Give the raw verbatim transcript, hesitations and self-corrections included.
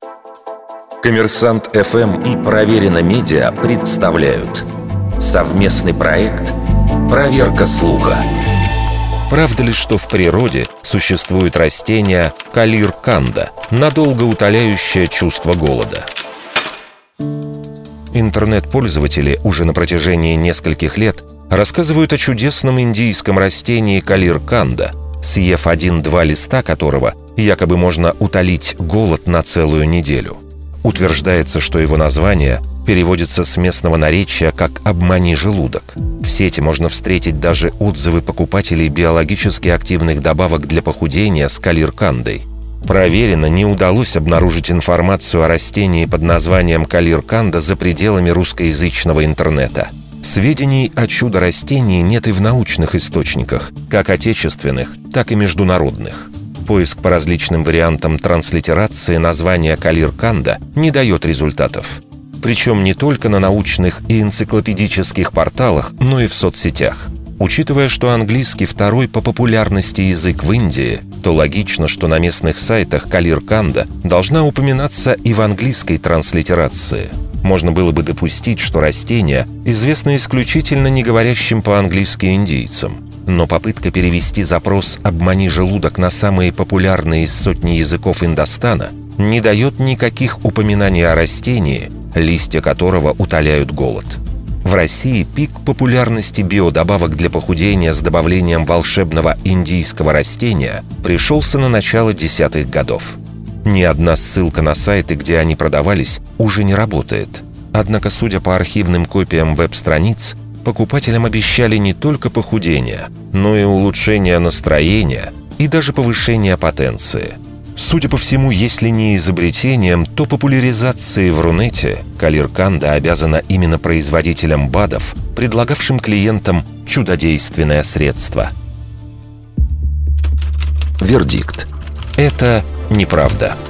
Коммерсант эф эм и Проверено Медиа представляют совместный проект «Проверка слуха». Правда ли, что в природе существует растение калир-канда, надолго утоляющее чувство голода? Интернет-пользователи уже на протяжении нескольких лет рассказывают о чудесном индийском растении калир-канда, съев один-два листа которого якобы можно утолить голод на целую неделю. Утверждается, что его название переводится с местного наречия как «обмани желудок». В сети можно встретить даже отзывы покупателей биологически активных добавок для похудения с калир-кандой. Проверено, не удалось обнаружить информацию о растении под названием калир-канда за пределами русскоязычного интернета. Сведений о чудо-растении нет и в научных источниках, как отечественных, так и международных. Поиск по различным вариантам транслитерации названия калир-канда не дает результатов. Причем не только на научных и энциклопедических порталах, но и в соцсетях. Учитывая, что английский второй по популярности язык в Индии, то логично, что на местных сайтах калир-канда должна упоминаться и в английской транслитерации. Можно было бы допустить, что растение известно исключительно не говорящим по-английски индийцам. Но попытка перевести запрос «обмани желудок» на самые популярные из сотни языков Индостана не дает никаких упоминаний о растении, листья которого утоляют голод. В России пик популярности биодобавок для похудения с добавлением волшебного индийского растения пришелся на начало десятых годов. Ни одна ссылка на сайты, где они продавались, уже не работает. Однако, судя по архивным копиям веб-страниц, покупателям обещали не только похудение, но и улучшение настроения и даже повышение потенции. Судя по всему, если не изобретением, то популяризацией в Рунете калир-канда обязана именно производителям БАДов, предлагавшим клиентам чудодейственное средство. Вердикт. Это неправда.